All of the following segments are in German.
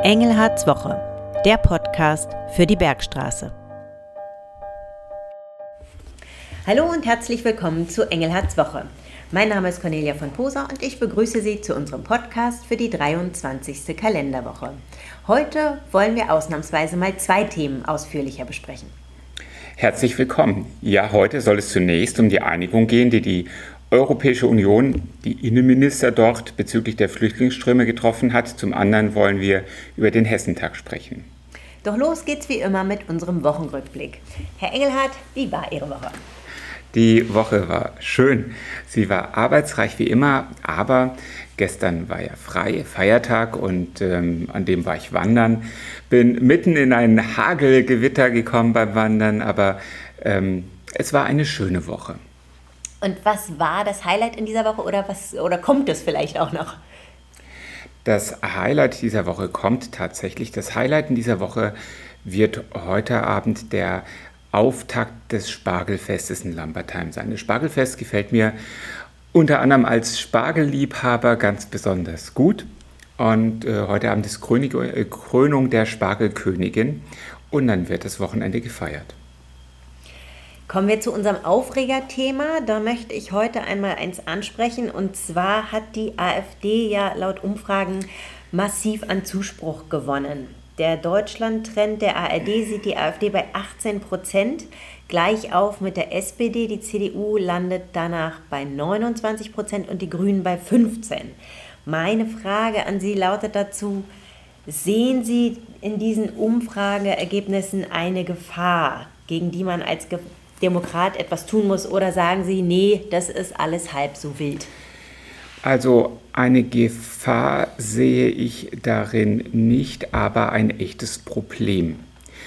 Engelhards Woche, der Podcast für die Bergstraße. Hallo und herzlich willkommen zu Engelhards Woche. Mein Name ist Cornelia von Poser und ich begrüße Sie zu unserem Podcast für die 23. Kalenderwoche. Heute wollen wir ausnahmsweise mal 2 Themen ausführlicher besprechen. Herzlich willkommen. Ja, heute soll es zunächst um die Einigung gehen, die die Europäische Union, die Innenminister dort bezüglich der Flüchtlingsströme getroffen hat. Zum anderen wollen wir über den Hessentag sprechen. Doch los geht's wie immer mit unserem Wochenrückblick. Herr Engelhardt, wie war Ihre Woche? Die Woche war schön. Sie war arbeitsreich wie immer, aber gestern war ja Feiertag und an dem war ich wandern. Bin mitten in ein Hagelgewitter gekommen beim Wandern, aber es war eine schöne Woche. Und was war das Highlight in dieser Woche oder kommt es vielleicht auch noch? Das Highlight dieser Woche kommt tatsächlich. Das Highlight in dieser Woche wird heute Abend der Auftakt des Spargelfestes in Lambertheim sein. Das Spargelfest gefällt mir unter anderem als Spargelliebhaber ganz besonders gut. Und heute Abend ist Krönung der Spargelkönigin und dann wird das Wochenende gefeiert. Kommen wir zu unserem Aufregerthema. Da möchte ich heute einmal eins ansprechen. Und zwar hat die AfD ja laut Umfragen massiv an Zuspruch gewonnen. Der Deutschland-Trend der ARD sieht die AfD bei 18%, gleich auf mit der SPD. Die CDU landet danach bei 29% und die Grünen bei 15%. Meine Frage an Sie lautet dazu: Sehen Sie in diesen Umfrageergebnissen eine Gefahr, gegen die man als Demokrat etwas tun muss, oder sagen Sie, nee, das ist alles halb so wild? Also eine Gefahr sehe ich darin nicht, aber ein echtes Problem.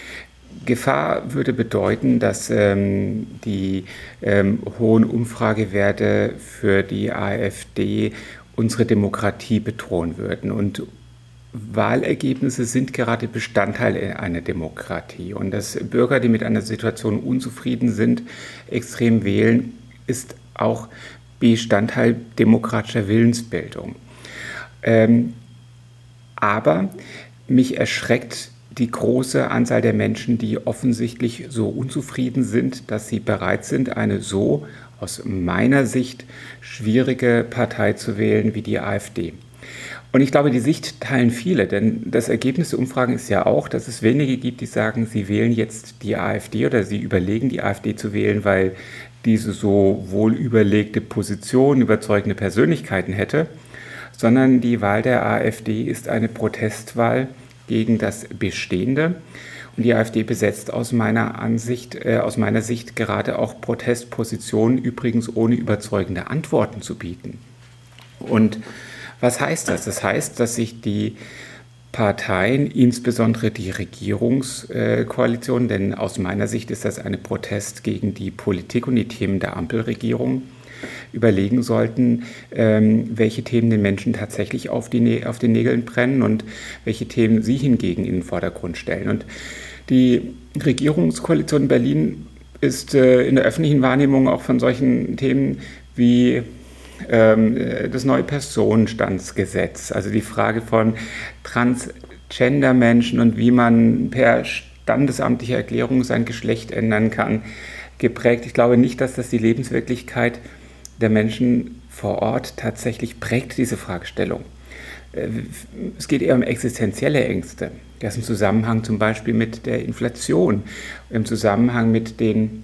Gefahr würde bedeuten, dass die hohen Umfragewerte für die AfD unsere Demokratie bedrohen würden. Und Wahlergebnisse sind gerade Bestandteil einer Demokratie. Und dass Bürger, die mit einer Situation unzufrieden sind, extrem wählen, ist auch Bestandteil demokratischer Willensbildung. Aber mich erschreckt die große Anzahl der Menschen, die offensichtlich so unzufrieden sind, dass sie bereit sind, eine so aus meiner Sicht schwierige Partei zu wählen wie die AfD. Und ich glaube, die Sicht teilen viele, denn das Ergebnis der Umfragen ist ja auch, dass es wenige gibt, die sagen, sie wählen jetzt die AfD oder sie überlegen, die AfD zu wählen, weil diese so wohlüberlegte Position, überzeugende Persönlichkeiten hätte, sondern die Wahl der AfD ist eine Protestwahl gegen das Bestehende. Und die AfD besetzt aus meiner Sicht gerade auch Protestpositionen, übrigens ohne überzeugende Antworten zu bieten. Und was heißt das? Das heißt, dass sich die Parteien, insbesondere die Regierungskoalition, denn aus meiner Sicht ist das ein Protest gegen die Politik und die Themen der Ampelregierung, überlegen sollten, welche Themen den Menschen tatsächlich auf den Nägeln brennen und welche Themen sie hingegen in den Vordergrund stellen. Und die Regierungskoalition in Berlin ist in der öffentlichen Wahrnehmung auch von solchen Themen wie das neue Personenstandsgesetz, also die Frage von Transgender-Menschen und wie man per standesamtlicher Erklärung sein Geschlecht ändern kann, geprägt. Ich glaube nicht, dass das die Lebenswirklichkeit der Menschen vor Ort tatsächlich prägt, diese Fragestellung. Es geht eher um existenzielle Ängste. Das im Zusammenhang zum Beispiel mit der Inflation, im Zusammenhang mit den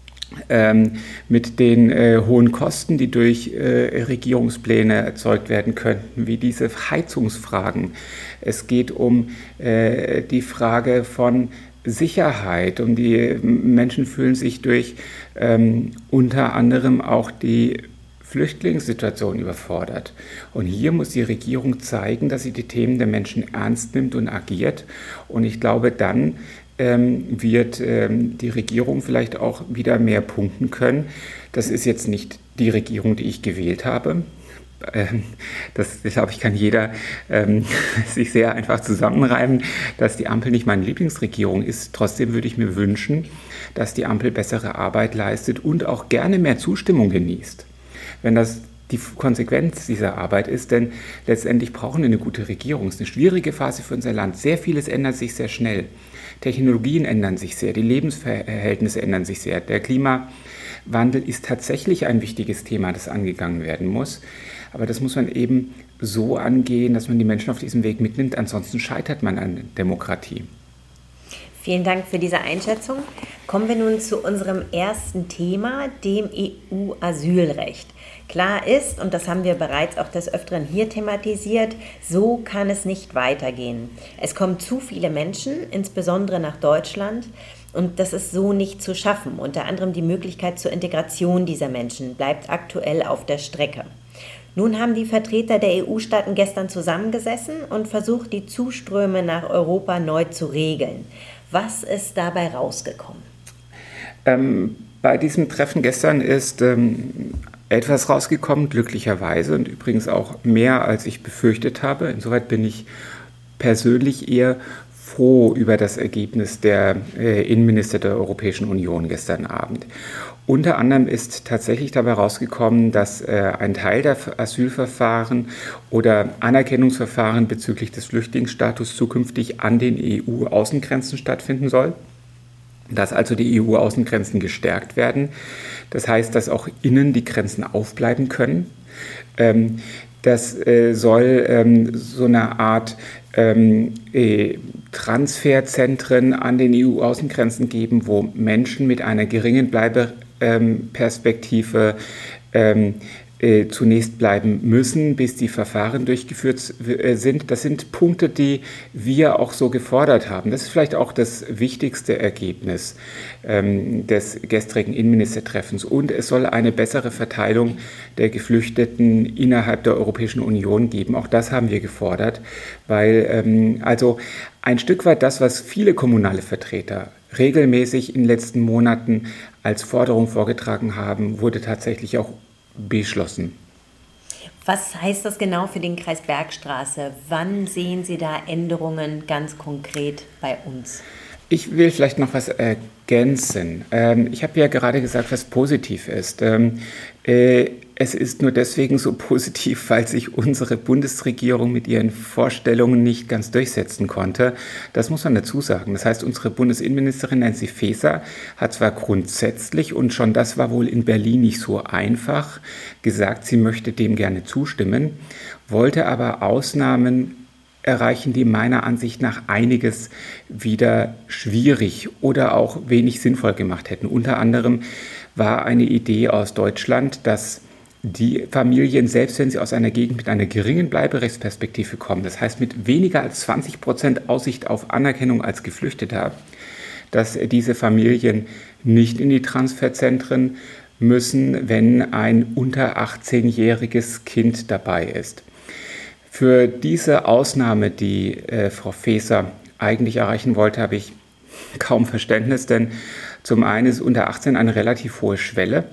hohen Kosten, die durch Regierungspläne erzeugt werden könnten, wie diese Heizungsfragen. Es geht um die Frage von Sicherheit, und die Menschen fühlen sich durch unter anderem auch die Flüchtlingssituation überfordert. Und hier muss die Regierung zeigen, dass sie die Themen der Menschen ernst nimmt und agiert. Und ich glaube, dann wird die Regierung vielleicht auch wieder mehr punkten können. Das ist jetzt nicht die Regierung, die ich gewählt habe. Das glaube ich, kann jeder sich sehr einfach zusammenreimen, dass die Ampel nicht meine Lieblingsregierung ist. Trotzdem würde ich mir wünschen, dass die Ampel bessere Arbeit leistet und auch gerne mehr Zustimmung genießt. Wenn das die Konsequenz dieser Arbeit ist, denn letztendlich brauchen wir eine gute Regierung. Es ist eine schwierige Phase für unser Land. Sehr vieles ändert sich sehr schnell. Technologien ändern sich sehr, die Lebensverhältnisse ändern sich sehr. Der Klimawandel ist tatsächlich ein wichtiges Thema, das angegangen werden muss. Aber das muss man eben so angehen, dass man die Menschen auf diesem Weg mitnimmt. Ansonsten scheitert man an Demokratie. Vielen Dank für diese Einschätzung. Kommen wir nun zu unserem ersten Thema, dem EU-Asylrecht. Klar ist, und das haben wir bereits auch des Öfteren hier thematisiert, so kann es nicht weitergehen. Es kommen zu viele Menschen, insbesondere nach Deutschland, und das ist so nicht zu schaffen. Unter anderem die Möglichkeit zur Integration dieser Menschen bleibt aktuell auf der Strecke. Nun haben die Vertreter der EU-Staaten gestern zusammengesessen und versucht, die Zuströme nach Europa neu zu regeln. Was ist dabei rausgekommen? Bei diesem Treffen gestern ist etwas rausgekommen, glücklicherweise, und übrigens auch mehr, als ich befürchtet habe. Insoweit bin ich persönlich eher froh über das Ergebnis der Innenminister der Europäischen Union gestern Abend. Unter anderem ist tatsächlich dabei rausgekommen, dass ein Teil der Asylverfahren oder Anerkennungsverfahren bezüglich des Flüchtlingsstatus zukünftig an den EU-Außengrenzen stattfinden soll. Dass also die EU-Außengrenzen gestärkt werden. Das heißt, dass auch innen die Grenzen aufbleiben können. Das soll so eine Art Transferzentren an den EU-Außengrenzen geben, wo Menschen mit einer geringen Bleibeperspektive zunächst bleiben müssen, bis die Verfahren durchgeführt sind. Das sind Punkte, die wir auch so gefordert haben. Das ist vielleicht auch das wichtigste Ergebnis des gestrigen Innenministertreffens. Und es soll eine bessere Verteilung der Geflüchteten innerhalb der Europäischen Union geben. Auch das haben wir gefordert, weil also ein Stück weit das, was viele kommunale Vertreter regelmäßig in den letzten Monaten als Forderung vorgetragen haben, wurde tatsächlich auch beschlossen. Was heißt das genau für den Kreis Bergstraße? Wann sehen Sie da Änderungen ganz konkret bei uns? Ich will vielleicht noch was ergänzen. Ich habe ja gerade gesagt, was positiv ist. Es ist nur deswegen so positiv, weil sich unsere Bundesregierung mit ihren Vorstellungen nicht ganz durchsetzen konnte. Das muss man dazu sagen. Das heißt, unsere Bundesinnenministerin Nancy Faeser hat zwar grundsätzlich, und schon das war wohl in Berlin nicht so einfach, gesagt, sie möchte dem gerne zustimmen, wollte aber Ausnahmen erreichen, die meiner Ansicht nach einiges wieder schwierig oder auch wenig sinnvoll gemacht hätten. Unter anderem war eine Idee aus Deutschland, dass die Familien, selbst wenn sie aus einer Gegend mit einer geringen Bleiberechtsperspektive kommen, das heißt mit weniger als 20% Aussicht auf Anerkennung als Geflüchteter, dass diese Familien nicht in die Transferzentren müssen, wenn ein unter 18-jähriges Kind dabei ist. Für diese Ausnahme, die Frau Faeser eigentlich erreichen wollte, habe ich kaum Verständnis, denn zum einen ist unter 18 eine relativ hohe Schwelle.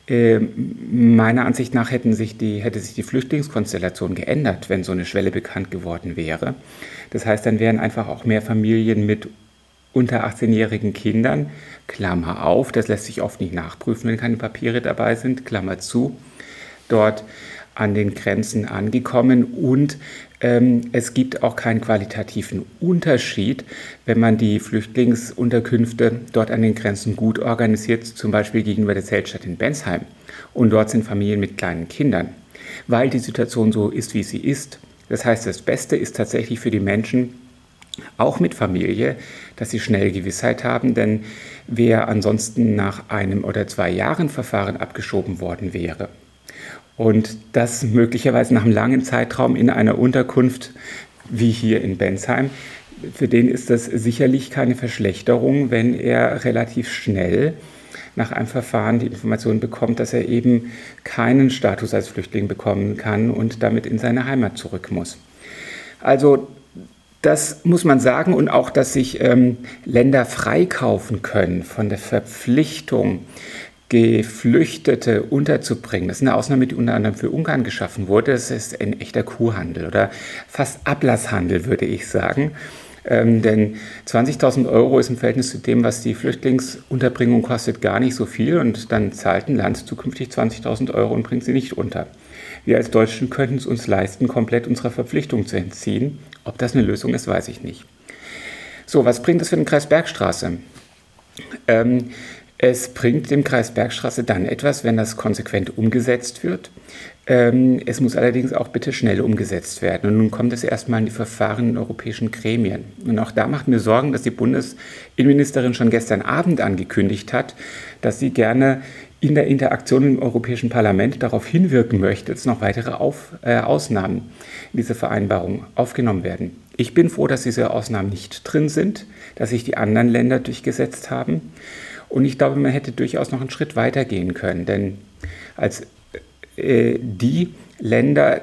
Meiner Ansicht nach hätte sich die Flüchtlingskonstellation geändert, wenn so eine Schwelle bekannt geworden wäre. Das heißt, dann wären einfach auch mehr Familien mit unter 18-jährigen Kindern, Klammer auf, das lässt sich oft nicht nachprüfen, wenn keine Papiere dabei sind, Klammer zu, dort an den Grenzen angekommen, und es gibt auch keinen qualitativen Unterschied, wenn man die Flüchtlingsunterkünfte dort an den Grenzen gut organisiert, zum Beispiel gegenüber der Zeltstadt in Bensheim. Und dort sind Familien mit kleinen Kindern, weil die Situation so ist, wie sie ist. Das heißt, das Beste ist tatsächlich für die Menschen, auch mit Familie, dass sie schnell Gewissheit haben, denn wer ansonsten nach 1 oder 2 Jahren Verfahren abgeschoben worden wäre, und das möglicherweise nach einem langen Zeitraum in einer Unterkunft wie hier in Bensheim, für den ist das sicherlich keine Verschlechterung, wenn er relativ schnell nach einem Verfahren die Information bekommt, dass er eben keinen Status als Flüchtling bekommen kann und damit in seine Heimat zurück muss. Also das muss man sagen, und auch, dass sich Länder freikaufen können von der Verpflichtung, Geflüchtete unterzubringen. Das ist eine Ausnahme, die unter anderem für Ungarn geschaffen wurde. Das ist ein echter Kuhhandel oder fast Ablasshandel, würde ich sagen. Denn 20.000 Euro ist im Verhältnis zu dem, was die Flüchtlingsunterbringung kostet, gar nicht so viel. Und dann zahlt ein Land zukünftig 20.000 Euro und bringt sie nicht unter. Wir als Deutschen könnten es uns leisten, komplett unserer Verpflichtung zu entziehen. Ob das eine Lösung ist, weiß ich nicht. So, was bringt das für den Kreis Bergstraße? Es bringt dem Kreis Bergstraße dann etwas, wenn das konsequent umgesetzt wird. Es muss allerdings auch bitte schnell umgesetzt werden. Und nun kommt es erstmal in die Verfahren in europäischen Gremien. Und auch da macht mir Sorgen, dass die Bundesinnenministerin schon gestern Abend angekündigt hat, dass sie gerne in der Interaktion im Europäischen Parlament darauf hinwirken möchte, dass noch weitere Ausnahmen in diese Vereinbarung aufgenommen werden. Ich bin froh, dass diese Ausnahmen nicht drin sind, dass sich die anderen Länder durchgesetzt haben. Und ich glaube, man hätte durchaus noch einen Schritt weiter gehen können. Denn als die Länder,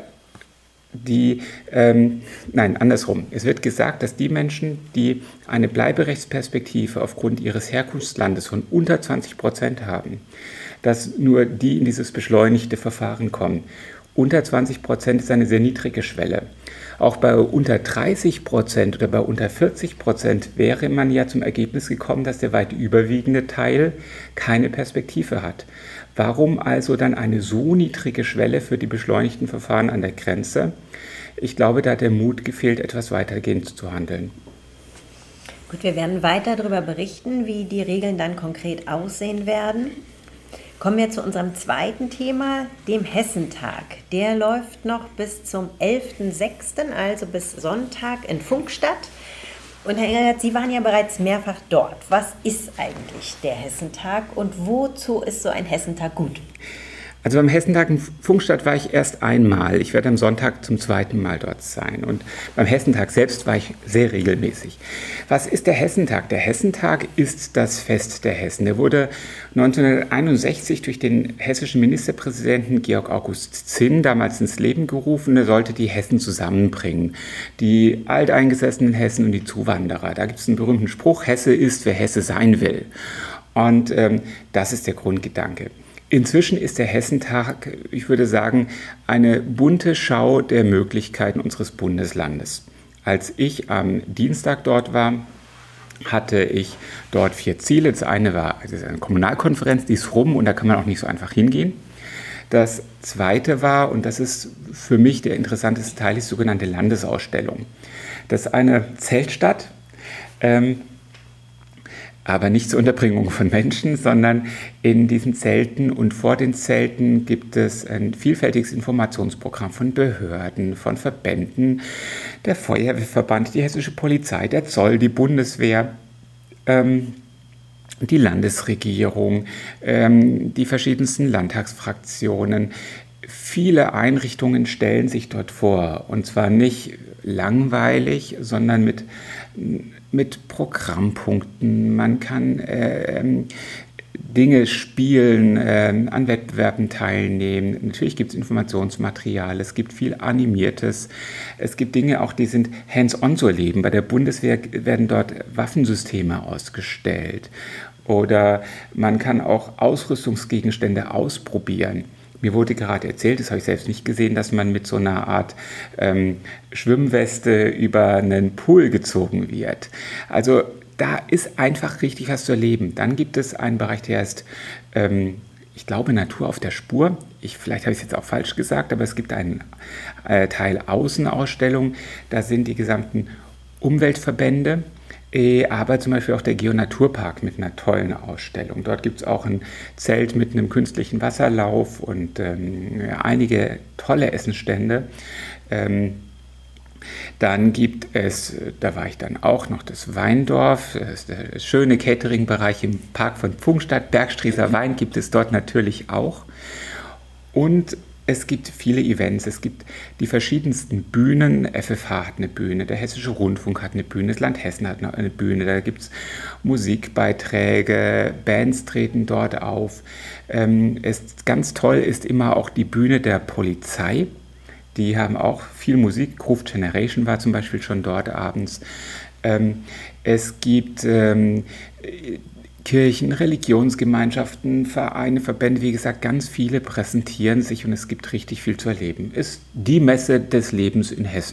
andersrum. Es wird gesagt, dass die Menschen, die eine Bleiberechtsperspektive aufgrund ihres Herkunftslandes von unter 20% haben, dass nur die in dieses beschleunigte Verfahren kommen. Unter 20% ist eine sehr niedrige Schwelle. Auch bei unter 30% oder bei unter 40% wäre man ja zum Ergebnis gekommen, dass der weit überwiegende Teil keine Perspektive hat. Warum also dann eine so niedrige Schwelle für die beschleunigten Verfahren an der Grenze? Ich glaube, da hat der Mut gefehlt, etwas weitergehend zu handeln. Gut, wir werden weiter darüber berichten, wie die Regeln dann konkret aussehen werden. Kommen wir zu unserem zweiten Thema, dem Hessentag. Der läuft noch bis zum 11.06., also bis Sonntag in Pfungstadt. Und Herr Engelhardt, Sie waren ja bereits mehrfach dort. Was ist eigentlich der Hessentag und wozu ist so ein Hessentag gut? Also beim Hessentag in Pfungstadt war ich erst einmal. Ich werde am Sonntag zum zweiten Mal dort sein. Und beim Hessentag selbst war ich sehr regelmäßig. Was ist der Hessentag? Der Hessentag ist das Fest der Hessen. Der wurde 1961 durch den hessischen Ministerpräsidenten Georg August Zinn damals ins Leben gerufen. Er sollte die Hessen zusammenbringen. Die alteingesessenen Hessen und die Zuwanderer. Da gibt es einen berühmten Spruch, Hesse ist, wer Hesse sein will. Und das ist der Grundgedanke. Inzwischen ist der Hessentag, ich würde sagen, eine bunte Schau der Möglichkeiten unseres Bundeslandes. Als ich am Dienstag dort war, hatte ich dort 4 Ziele. Das eine war eine Kommunalkonferenz, die ist rum und da kann man auch nicht so einfach hingehen. Das zweite war, und das ist für mich der interessanteste Teil, die sogenannte Landesausstellung. Das ist eine Zeltstadt, aber nicht zur Unterbringung von Menschen, sondern in diesen Zelten und vor den Zelten gibt es ein vielfältiges Informationsprogramm von Behörden, von Verbänden, der Feuerwehrverband, die hessische Polizei, der Zoll, die Bundeswehr, die Landesregierung, die verschiedensten Landtagsfraktionen. Viele Einrichtungen stellen sich dort vor und zwar nicht langweilig, sondern mit Programmpunkten. Man kann Dinge spielen, an Wettbewerben teilnehmen. Natürlich gibt es Informationsmaterial, es gibt viel Animiertes. Es gibt Dinge auch, die sind hands-on zu erleben. Bei der Bundeswehr werden dort Waffensysteme ausgestellt. Oder man kann auch Ausrüstungsgegenstände ausprobieren. Mir wurde gerade erzählt, das habe ich selbst nicht gesehen, dass man mit so einer Art Schwimmweste über einen Pool gezogen wird. Also da ist einfach richtig was zu erleben. Dann gibt es einen Bereich, der heißt, ich glaube, Natur auf der Spur. Vielleicht habe ich es jetzt auch falsch gesagt, aber es gibt einen Teil Außenausstellung. Da sind die gesamten Umweltverbände, aber zum Beispiel auch der Geonaturpark mit einer tollen Ausstellung. Dort gibt es auch ein Zelt mit einem künstlichen Wasserlauf und einige tolle Essenstände. Dann gibt es, da war ich dann auch noch, das Weindorf, das ist der schöne Catering-Bereich im Park von Pfungstadt. Bergstrießer Wein gibt es dort natürlich auch. Und es gibt viele Events, es gibt die verschiedensten Bühnen. FFH hat eine Bühne, der Hessische Rundfunk hat eine Bühne, das Land Hessen hat eine Bühne, da gibt es Musikbeiträge, Bands treten dort auf. Ganz toll ist immer auch die Bühne der Polizei. Die haben auch viel Musik. Groove Generation war zum Beispiel schon dort abends. Es gibt Kirchen, Religionsgemeinschaften, Vereine, Verbände, wie gesagt, ganz viele präsentieren sich und es gibt richtig viel zu erleben. Ist die Messe des Lebens in Hessen.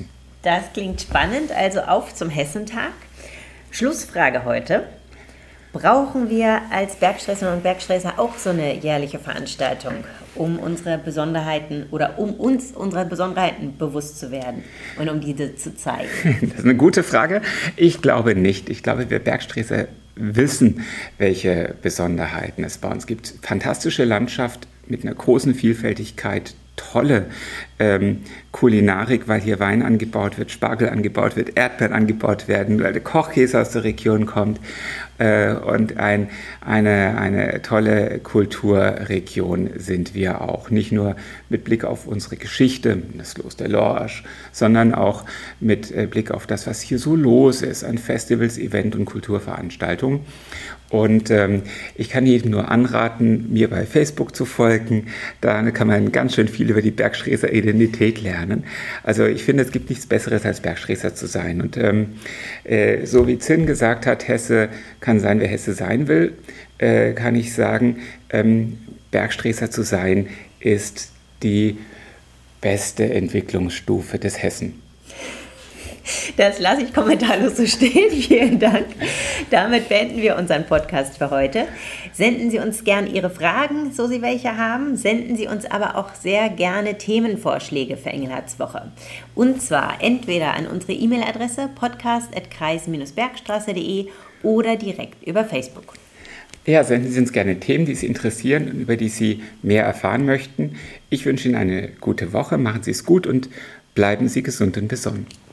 Das klingt spannend, also auf zum Hessentag. Schlussfrage heute. Brauchen wir als Bergsträßerinnen und Bergsträßer auch so eine jährliche Veranstaltung, um unsere Besonderheiten oder um uns unserer Besonderheiten bewusst zu werden und um diese zu zeigen? Das ist eine gute Frage. Ich glaube nicht. Ich glaube, wir Bergsträßer wissen, welche Besonderheiten es bei uns gibt. Fantastische Landschaft mit einer großen Vielfältigkeit, tolle Kulinarik, weil hier Wein angebaut wird, Spargel angebaut wird, Erdbeeren angebaut werden, weil der Kochkäse aus der Region kommt und eine tolle Kulturregion sind wir auch. Nicht nur mit Blick auf unsere Geschichte, das Kloster Lorsch, sondern auch mit Blick auf das, was hier so los ist an Festivals, Event- und Kulturveranstaltungen. Und ich kann jedem nur anraten, mir bei Facebook zu folgen. Da kann man ganz schön viel über die Bergsträßer Identität lernen. Also ich finde, es gibt nichts Besseres, als Bergsträßer zu sein. Und so wie Zinn gesagt hat, Hesse kann sein, wer Hesse sein will, kann ich sagen, Bergsträßer zu sein ist die beste Entwicklungsstufe des Hessen. Das lasse ich kommentarlos so stehen. Vielen Dank. Damit beenden wir unseren Podcast für heute. Senden Sie uns gern Ihre Fragen, so Sie welche haben. Senden Sie uns aber auch sehr gerne Themenvorschläge für Engelhardswoche. Und zwar entweder an unsere E-Mail-Adresse podcast@kreis-bergstraße.de oder direkt über Facebook. Ja, senden Sie uns gerne Themen, die Sie interessieren und über die Sie mehr erfahren möchten. Ich wünsche Ihnen eine gute Woche. Machen Sie es gut und bleiben Sie gesund und besonnen.